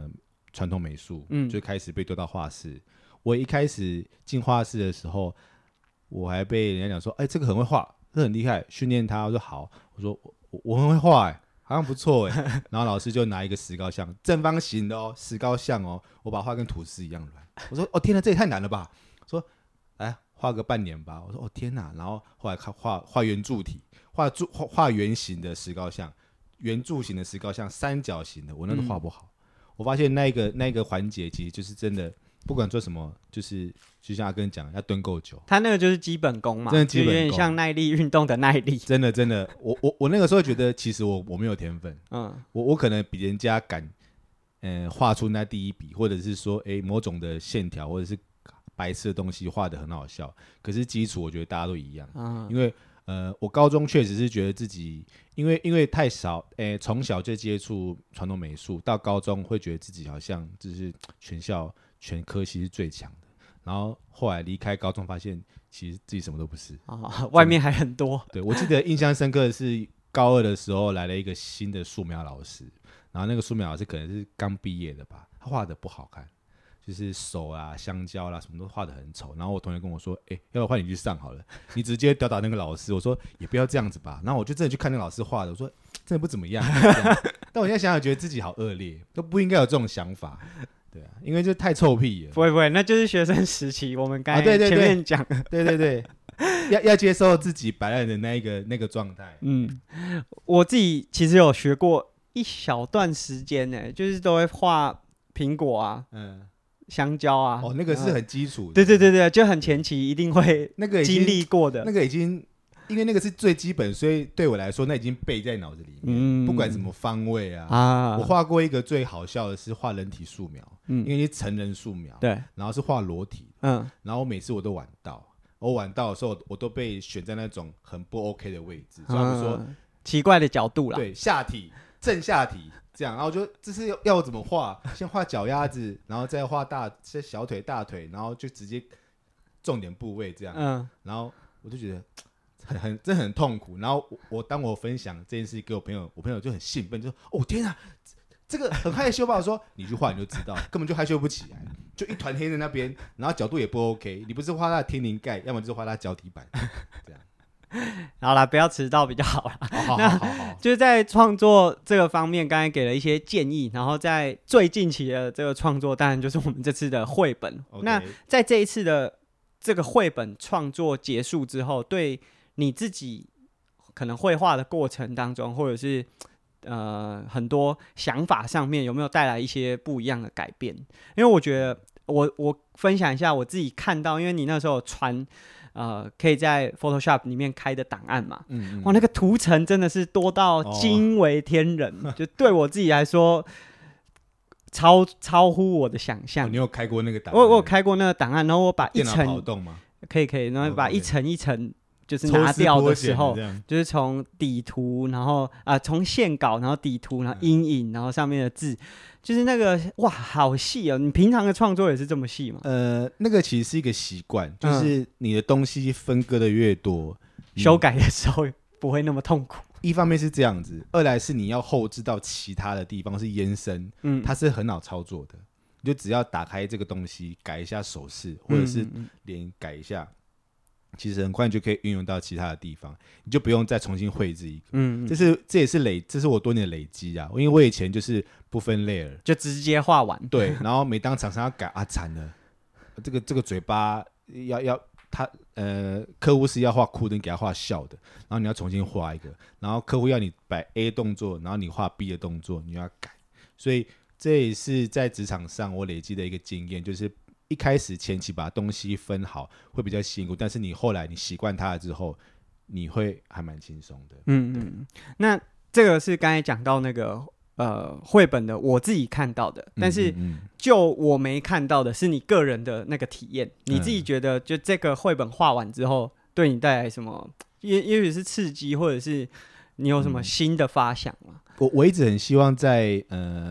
[SPEAKER 2] 传统美术，就开始被丢到画室。我一开始进画室的时候，我还被人家讲说：“这个很会画，这很厉害，训练他。”我说：“好。”我说：“我很会画，好像不错。”然后老师就拿一个石膏像，正方形的哦，石膏像哦，我把它画跟吐司一样软。我说：“天哪，这也太难了吧！”说：“来画个半年吧。”我说：“天哪！”然后后来画圆柱体，画圆形的石膏像，圆柱形的石膏像，三角形的，我那都画不好。我发现那个环节其实就是真的。不管做什么，就像阿根讲，要蹲够久。
[SPEAKER 1] 他那个就是基本功嘛，
[SPEAKER 2] 真的基本功，
[SPEAKER 1] 就有点像耐力运动的耐力。
[SPEAKER 2] 真的，我那个时候觉得，其实我没有天分，我可能比人家敢，画出那第一笔，或者是说，某种的线条，或者是白痴的东西画得很好笑。可是基础，我觉得大家都一样，因为我高中确实是觉得自己，因为太少，从小就接触传统美术，到高中会觉得自己好像就是全科系是最强的，然后后来离开高中，发现其实自己什么都不是
[SPEAKER 1] 外面还很多。
[SPEAKER 2] 对，我记得印象深刻的是高二的时候来了一个新的素描老师，然后那个素描老师可能是刚毕业的吧，他画的不好看，就是手啊、香蕉啦什么都画的很丑。然后我同学跟我说：“要不换你去上好了，你直接吊打那个老师。”我说：“也不要这样子吧。”然后我就真的去看那个老师画的，我说：“真的不怎么样。”但我现在想想，觉得自己好恶劣，都不应该有这种想法。对啊，因为这太臭屁了。
[SPEAKER 1] 不会，那就是学生时期，我们刚才前面讲的。
[SPEAKER 2] 对，要接受自己摆烂的那个状态。
[SPEAKER 1] 我自己其实有学过一小段时间呢，就是都会画苹果啊，香蕉啊。
[SPEAKER 2] 那个是很基础的。
[SPEAKER 1] 对，就很前期一定会经历过的。
[SPEAKER 2] 那个已经。因为那个是最基本，所以对我来说，那已经背在脑子里面。不管什么方位啊，我画过一个最好笑的是画人体素描，因为是成人素描，
[SPEAKER 1] 对，
[SPEAKER 2] 然后是画裸体，然后每次我都晚到，我晚到的时候，我都被选在那种很不 OK 的位置，所以他们说
[SPEAKER 1] 奇怪的角度啦，
[SPEAKER 2] 对，下体正下体这样，然后这是要我怎么画？先画脚丫子，然后再画小腿、大腿，然后就直接重点部位这样，然后我就觉得。真的很痛苦。然后当我分享这件事给我朋友就很兴奋，就说：“哦天啊，这个很害羞吧？”我说：“你去画你就知道，根本就害羞不起来，就一团黑在那边，然后角度也不 OK。你不是画他的天灵盖，要么就是画他脚底板，这样。”
[SPEAKER 1] 好啦，不要迟到比较好啦。
[SPEAKER 2] 好，
[SPEAKER 1] 就是在创作这个方面，刚才给了一些建议。然后在最近期的这个创作，当然就是我们这次的绘本。那在这一次的这个绘本创作结束之后，对你自己可能绘画的过程当中，或者是很多想法上面，有没有带来一些不一样的改变？因为我觉得我分享一下我自己看到，因为你那时候传可以在 Photoshop 里面开的档案嘛，哇，那个图层真的是多到惊为天人，就对我自己来说超乎我的想象。
[SPEAKER 2] 你有开过那个档案？
[SPEAKER 1] 我有开过那个档案，然后我把一层
[SPEAKER 2] 电脑跑动吗？
[SPEAKER 1] 可以，然后把一层一层。就是拿掉的时候，就是从底图，然后从线稿，然后底图，然后阴影，然后上面的字，就是那个哇，好细哦！你平常的创作也是这么细吗？
[SPEAKER 2] 那个其实是一个习惯，就是你的东西分割的越多，
[SPEAKER 1] 修改的时候不会那么痛苦。
[SPEAKER 2] 一方面是这样子，二来是你要后置到其他的地方是延伸，它是很好操作的，你就只要打开这个东西，改一下手势，或者是脸改一下。其实很快就可以运用到其他的地方，你就不用再重新绘制一个。这是我多年的累积啊。因为我以前就是不分 layer
[SPEAKER 1] 就直接画完。
[SPEAKER 2] 对，然后每当厂商要改惨了，这个嘴巴要他客户是要画哭的，你给他画笑的，然后你要重新画一个，然后客户要你摆 A 动作，然后你画 B 的动作，你要改。所以这也是在职场上我累积的一个经验，就是。一开始前期把东西分好会比较辛苦，但是你后来你习惯它了之后，你会还蛮轻松的。
[SPEAKER 1] 那这个是刚才讲到那个绘本的，我自己看到的，但是就我没看到的是你个人的那个体验。你自己觉得就这个绘本画完之后，对你带来什么？也许是刺激，或者是你有什么新的发想吗？
[SPEAKER 2] 我一直很希望在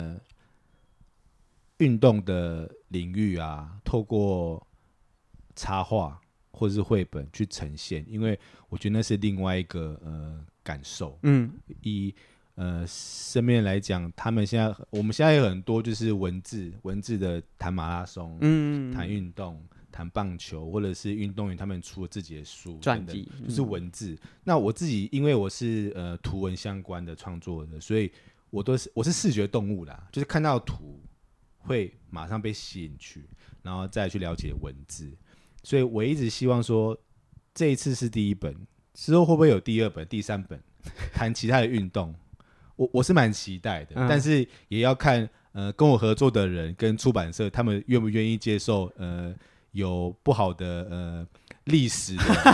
[SPEAKER 2] 运动的领域啊，透过插画或者是绘本去呈现，因为我觉得那是另外一个感受。 身边来讲，我们现在有很多就是文字的谈马拉松，谈运动，谈棒球，或者是运动员他们出了自己的书
[SPEAKER 1] 传记，
[SPEAKER 2] 就是文字。那我自己因为我是图文相关的创作的，所以我是视觉动物啦，就是看到图会马上被吸引去，然后再去了解文字。所以我一直希望说，这一次是第一本，之后会不会有第二本、第三本，谈其他的运动？我是蛮期待的，但是也要看跟我合作的人跟出版社他们愿不愿意接受有不好的历史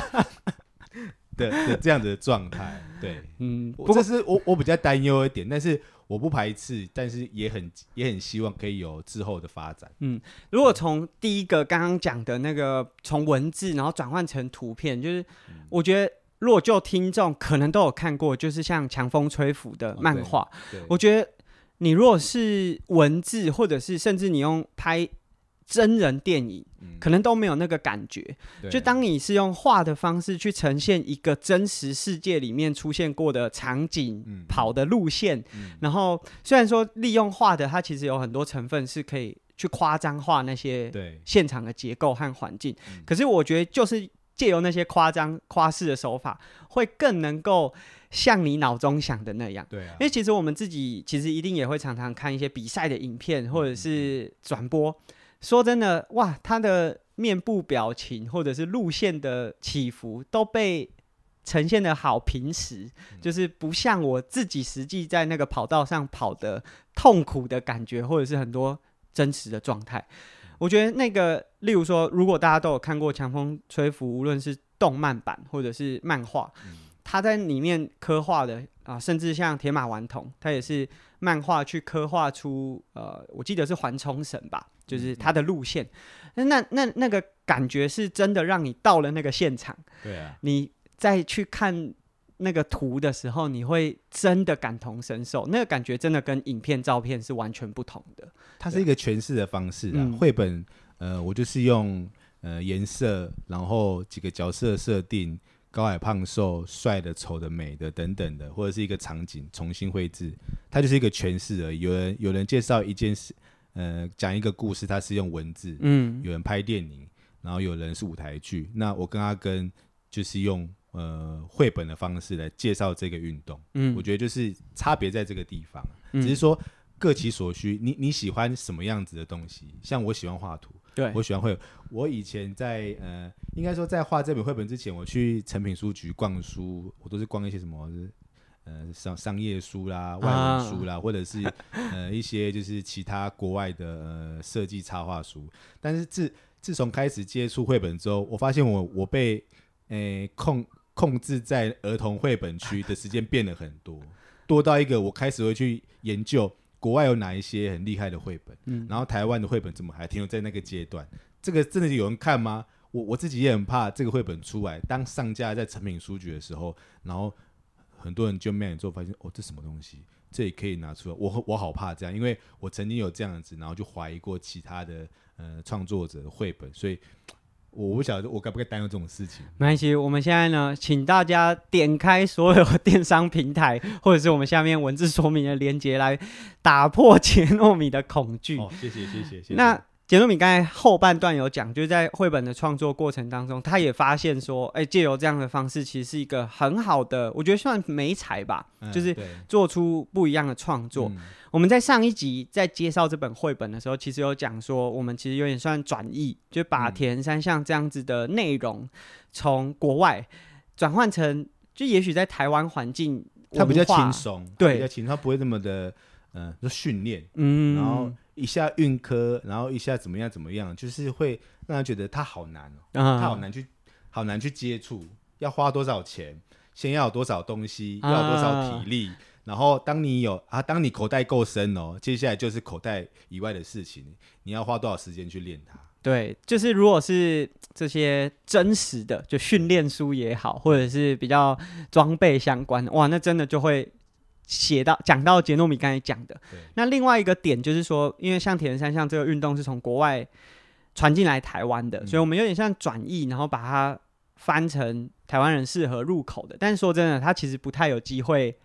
[SPEAKER 2] 的这样的状态。对，这是我比较担忧一点，但是我不排斥，但是也很希望可以有之后的发展。
[SPEAKER 1] 如果从第一个刚刚讲的那个从文字然后转换成图片，就是我觉得如果就听众可能都有看过，就是像强风吹拂的漫画，我觉得你如果是文字，或者是甚至你用拍真人电影，可能都没有那个感觉。就当你是用画的方式去呈现一个真实世界里面出现过的场景、跑的路线，然后虽然说利用画的，它其实有很多成分是可以去夸张化那些现场的结构和环境，可是我觉得就是借由那些夸饰的手法，会更能够像你脑中想的那样。因为其实我们自己其实一定也会常常看一些比赛的影片或者是转播，说真的，哇，他的面部表情或者是路线的起伏都被呈现的好平实，就是不像我自己实际在那个跑道上跑的痛苦的感觉，或者是很多真实的状态。我觉得那个，例如说，如果大家都有看过《强风吹拂》，无论是动漫版或者是漫画，他在里面刻画的甚至像铁马顽童，他也是漫画去刻画出我记得是环冲绳吧，就是他的路线。那个感觉是真的让你到了那个现场，你再去看那个图的时候，你会真的感同身受，那个感觉真的跟影片、照片是完全不同的。
[SPEAKER 2] 它是一个诠释的方式啊。绘本，我就是用颜色，然后几个角色设定，高矮胖瘦、帅的、丑的、美的等等的，或者是一个场景重新绘制，它就是一个诠释而已。有人介绍一件事，讲一个故事，它是用文字，有人拍电影，然后有人是舞台剧。那我跟阿根就是用绘本的方式来介绍这个运动，我觉得就是差别在这个地方，只是说各其所需。你喜欢什么样子的东西？像我喜欢画图，我喜欢绘本。我以前在应该说在画这本绘本之前，我去诚品书局逛书，我都是逛一些什么商业书啦、外文书啦，或者是一些就是其他国外的设计插画书。但是自从开始接触绘本之后，我发现我被控制在儿童绘本区的时间变了很多到一个我开始会去研究国外有哪一些很厉害的绘本，然后台湾的绘本怎么还停留在那个阶段？这个真的有人看吗？我自己也很怕这个绘本出来，当上架在诚品书局的时候，然后很多人就卖了之后发现，这什么东西？这也可以拿出来，我好怕这样，因为我曾经有这样子，然后就怀疑过其他的创作者的绘本，所以我不晓得我该不该担忧这种事情。
[SPEAKER 1] 没关系，我们现在呢，请大家点开所有电商平台，或者是我们下面文字说明的连结，来打破杰糯米的恐惧。
[SPEAKER 2] 谢谢。
[SPEAKER 1] 那杰糯米刚才后半段有讲，就是在绘本的创作过程当中，他也发现说，借由这样的方式，其实是一个很好的，我觉得算媒材吧，就是做出不一样的创作。我们在上一集在介绍这本绘本的时候，其实有讲说，我们其实有点算转译，就把铁人三项这样子的内容从国外转换成，就也许在台湾环境文化，
[SPEAKER 2] 它比较轻松，
[SPEAKER 1] 对，
[SPEAKER 2] 比较轻松，它不会那么的就训练，然后一下运科，然后一下怎么样，就是会让人觉得它好难它好难去接触，要花多少钱，先要有多少东西，要有多少体力。然后当你口袋够深接下来就是口袋以外的事情，你要花多少时间去练它。
[SPEAKER 1] 对，就是如果是这些真实的，就训练书也好，或者是比较装备相关的，哇，那真的就会讲到杰糯米刚才讲的。那另外一个点就是说，因为像铁人三项这个运动是从国外传进来台湾的，所以我们有点像转译，然后把它翻成台湾人适合入口的。但是说真的，它其实不太有机会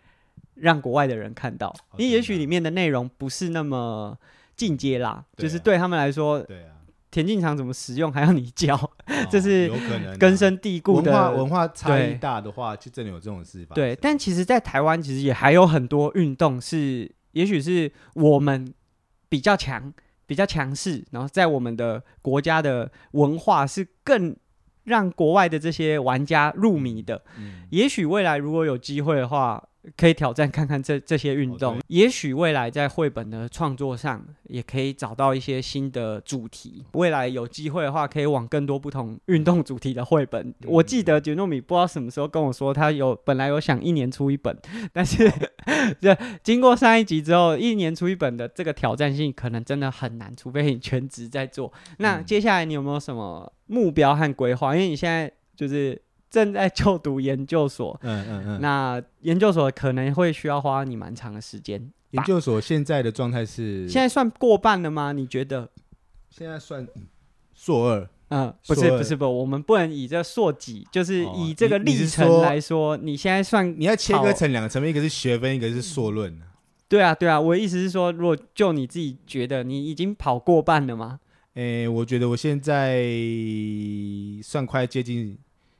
[SPEAKER 1] 让国外的人看到，因为也许里面的内容不是那么进阶啦，就是对他们来说，田径场怎么使用还要你教，这是根深蒂固的
[SPEAKER 2] 文化差异大的话，就真的有这种事发生。
[SPEAKER 1] 对，但其实，在台湾其实也还有很多运动是，也许是我们比较强势，然后在我们的国家的文化是更让国外的这些玩家入迷的。也许未来如果有机会的话，可以挑战看看这些运动，也许未来在绘本的创作上也可以找到一些新的主题。未来有机会的话，可以往更多不同运动主题的绘本。我记得杰诺米不知道什么时候跟我说，他本来有想1年出一本，但是经过上一集之后，1年出一本的这个挑战性可能真的很难，除非你全职在做。那接下来你有没有什么目标和规划？因为你现在就是正在就读研究所，那研究所可能会需要花你蛮长的时间。
[SPEAKER 2] 研究所现在的状态是
[SPEAKER 1] 现在算过半了吗？你觉得？
[SPEAKER 2] 现在算硕2。
[SPEAKER 1] 不是，我们不能以这硕几，就是以这个历程来说，你现在算
[SPEAKER 2] 你要切割成2个层面，一个是学分，一个是硕论。
[SPEAKER 1] 对啊，我的意思是说，如果就你自己觉得，你已经跑过半了吗？
[SPEAKER 2] 我觉得我现在算快接近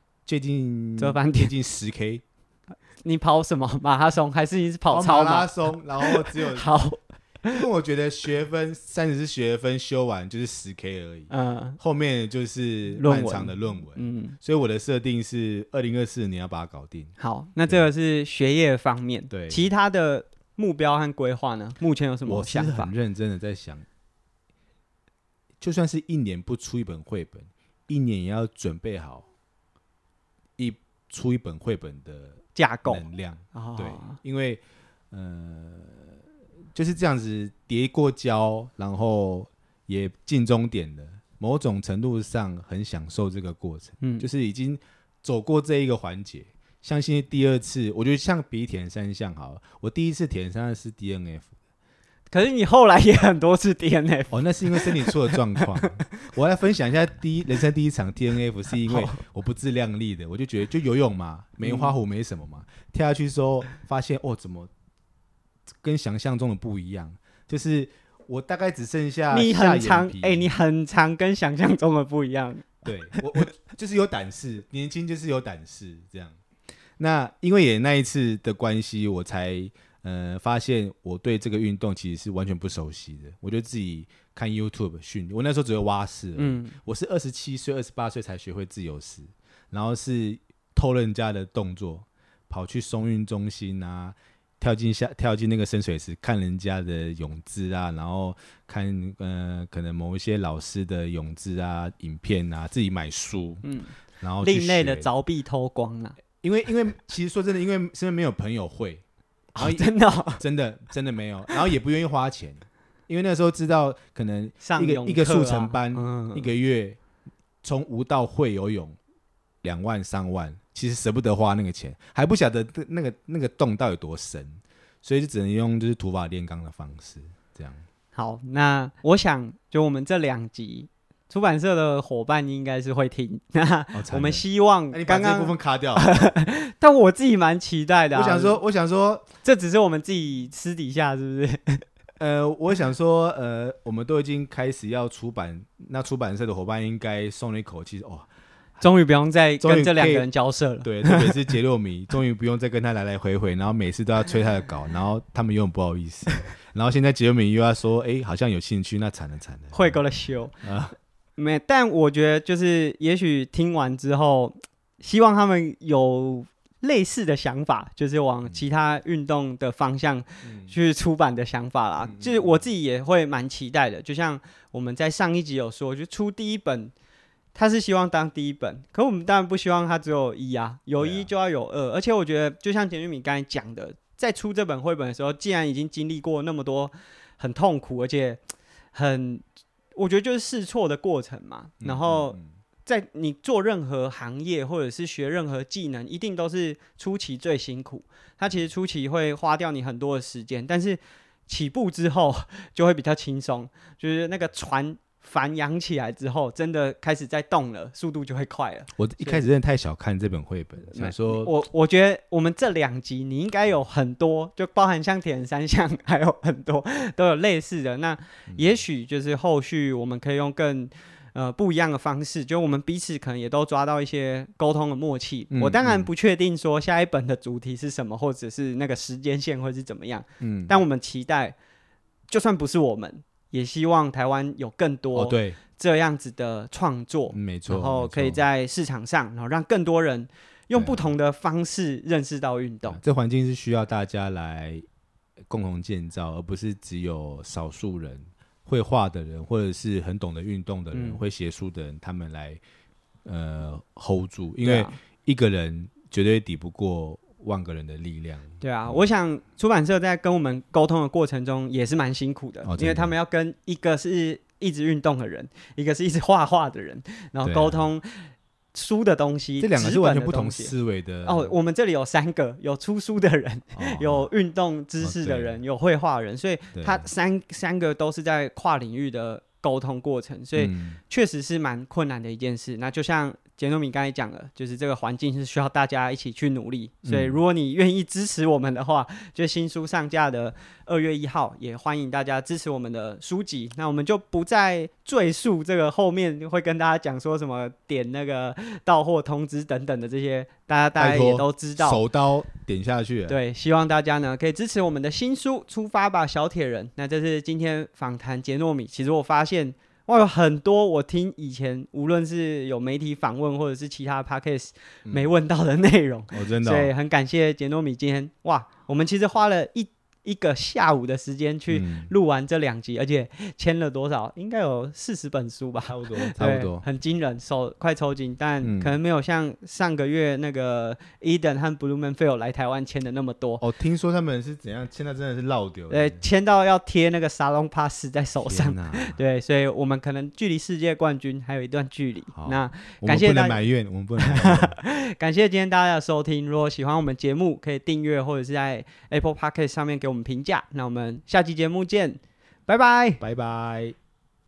[SPEAKER 2] 10K。
[SPEAKER 1] 你跑什么马拉松？还是你是跑超
[SPEAKER 2] 马拉松？然后只有
[SPEAKER 1] 好，
[SPEAKER 2] 因为我觉得学分34学分修完就是10K 而已，后面就是漫长的论文，所以我的设定是2024年要把它搞定。
[SPEAKER 1] 好，那这个是学业方面，
[SPEAKER 2] 对，
[SPEAKER 1] 其他的目标和规划呢？目前有什么想法？
[SPEAKER 2] 我是很认真的在想，就算是1年不出一本绘本，1年也要准备好出一本绘本的
[SPEAKER 1] 架构
[SPEAKER 2] 能量。对，因为就是这样子叠过胶，然后也进终点了，某种程度上很享受这个过程，就是已经走过这一个环节。相信第2次，我觉得像比铁人3项好了，我第1次铁人3是 DNF。
[SPEAKER 1] 可是你后来也很多次 DNF
[SPEAKER 2] 那是因为身体出了状况。我来分享一下人生第1场 DNF 是因为我不自量力的，我就觉得就游泳嘛，梅花湖没什么嘛，跳下去之后发现怎么跟想象中的不一样，就是我大概只剩下
[SPEAKER 1] 你很常跟想象中的不一样。
[SPEAKER 2] 对，我就是有胆识，年轻就是有胆识这样。那因为也那一次的关系，我才发现我对这个运动其实是完全不熟悉的，我就自己看 YouTube 训练。我那时候只会蛙式，我是27岁、28岁才学会自由式，然后是偷人家的动作，跑去松运中心啊，跳进那个深水池，看人家的泳姿啊，然后看可能某一些老师的泳姿啊、影片啊，自己买书，然后
[SPEAKER 1] 另类的凿壁偷光啊。
[SPEAKER 2] 因为其实说真的，因为身边没有朋友会。真的没有，然后也不愿意花钱，因为那时候知道可能一个速成班，一个月从无到会游泳2万3万，其实舍不得花那个钱，还不晓得那个洞到底有多深，所以就只能用就是土法炼钢的方式这样。
[SPEAKER 1] 好，那我想就我们这2集。出版社的伙伴应该是会听，那我们希望
[SPEAKER 2] 你把这部分卡掉，
[SPEAKER 1] 但我自己蛮期待的。
[SPEAKER 2] 我想说，
[SPEAKER 1] 这只是我们自己私底下是不是？
[SPEAKER 2] 我想说，我们都已经开始要出版，那出版社的伙伴应该松了一口气，
[SPEAKER 1] 终于不用再跟这2个人交涉了。
[SPEAKER 2] 对，特别是杰洛米，终于不用再跟他来来回回，然后每次都要催他的稿，然后他们又很不好意思，然后现在杰洛米又要说，好像有兴趣，那惨了，
[SPEAKER 1] 会够了修但我觉得就是也许听完之后，希望他们有类似的想法，就是往其他运动的方向去出版的想法啦。就是我自己也会蛮期待的，就像我们在上一集有说，就出第1本，他是希望当第1本，可我们当然不希望他只有1啊，有1就要有2。而且我觉得，就像田玉米刚才讲的，在出这本绘本的时候，既然已经经历过那么多很痛苦，而且我觉得就是试错的过程嘛，然后在你做任何行业或者是学任何技能，一定都是初期最辛苦。它其实初期会花掉你很多的时间，但是起步之后就会比较轻松，就是那个船帆扬起来之后，真的开始在动了，速度就会快了。
[SPEAKER 2] 我一开始真的太小看这本绘本了，想说
[SPEAKER 1] 我觉得我们这2集你应该有很多，就包含像铁人三项，还有很多都有类似的。那也许就是后续我们可以用更不一样的方式，就我们彼此可能也都抓到一些沟通的默契。我当然不确定说下一本的主题是什么，或者是那个时间线会是怎么样。但我们期待，就算不是我们，也希望台湾有更多这样子的创作，
[SPEAKER 2] 没错，
[SPEAKER 1] 然后可以在市场上，然后让更多人用不同的方式认识到运动。
[SPEAKER 2] 这环境是需要大家来共同建造，而不是只有少数人会画的人，或者是很懂得运动的人，会写书的人，他们来hold 住，因为一个人绝对抵不过万个人的力量。
[SPEAKER 1] 对啊，我想出版社在跟我们沟通的过程中也是蛮辛苦的，因为他们要跟一个是一直运动的人，一个是一直画画的人，然后沟通书的东西，
[SPEAKER 2] 这2个是完全不同思维的。
[SPEAKER 1] 我们这里有3个，有出书的人，有运动知识的人，有绘画人，所以他三个都是在跨领域的沟通过程，所以确实是蛮困难的一件事。那就像杰诺米刚才讲了，就是这个环境是需要大家一起去努力，所以如果你愿意支持我们的话，就新书上架的2月1号，也欢迎大家支持我们的书籍。那我们就不再赘述这个后面会跟大家讲说什么点那个到货通知等等的这些，大家也都知道，
[SPEAKER 2] 手刀点下去了。
[SPEAKER 1] 对，希望大家呢可以支持我们的新书《出发吧小铁人》。那这是今天访谈杰诺米。其实我发现有很多我听以前无论是有媒体访问或者是其他 podcast 没问到的内容，
[SPEAKER 2] 真的
[SPEAKER 1] 所以很感谢杰诺米今天我们其实花了一个下午的时间去录完这2集，而且签了多少？应该有40本书吧，
[SPEAKER 2] 差不多，
[SPEAKER 1] 很惊人，手快抽筋，但可能没有像上个月那个 Eden 和 Blumenfeld 来台湾签的那么多。
[SPEAKER 2] 听说他们是怎样签到真的是落丢，
[SPEAKER 1] 签到要贴那个沙龙 pass 在手上，对，所以我们可能距离世界冠军还有一段距离。那感谢大家，
[SPEAKER 2] 我们不能埋怨。
[SPEAKER 1] 感谢今天大家的收听。如果喜欢我们节目，可以订阅或者是在 Apple Podcast 上面给我们评价。那我们下期节目见，拜拜，
[SPEAKER 2] 拜拜。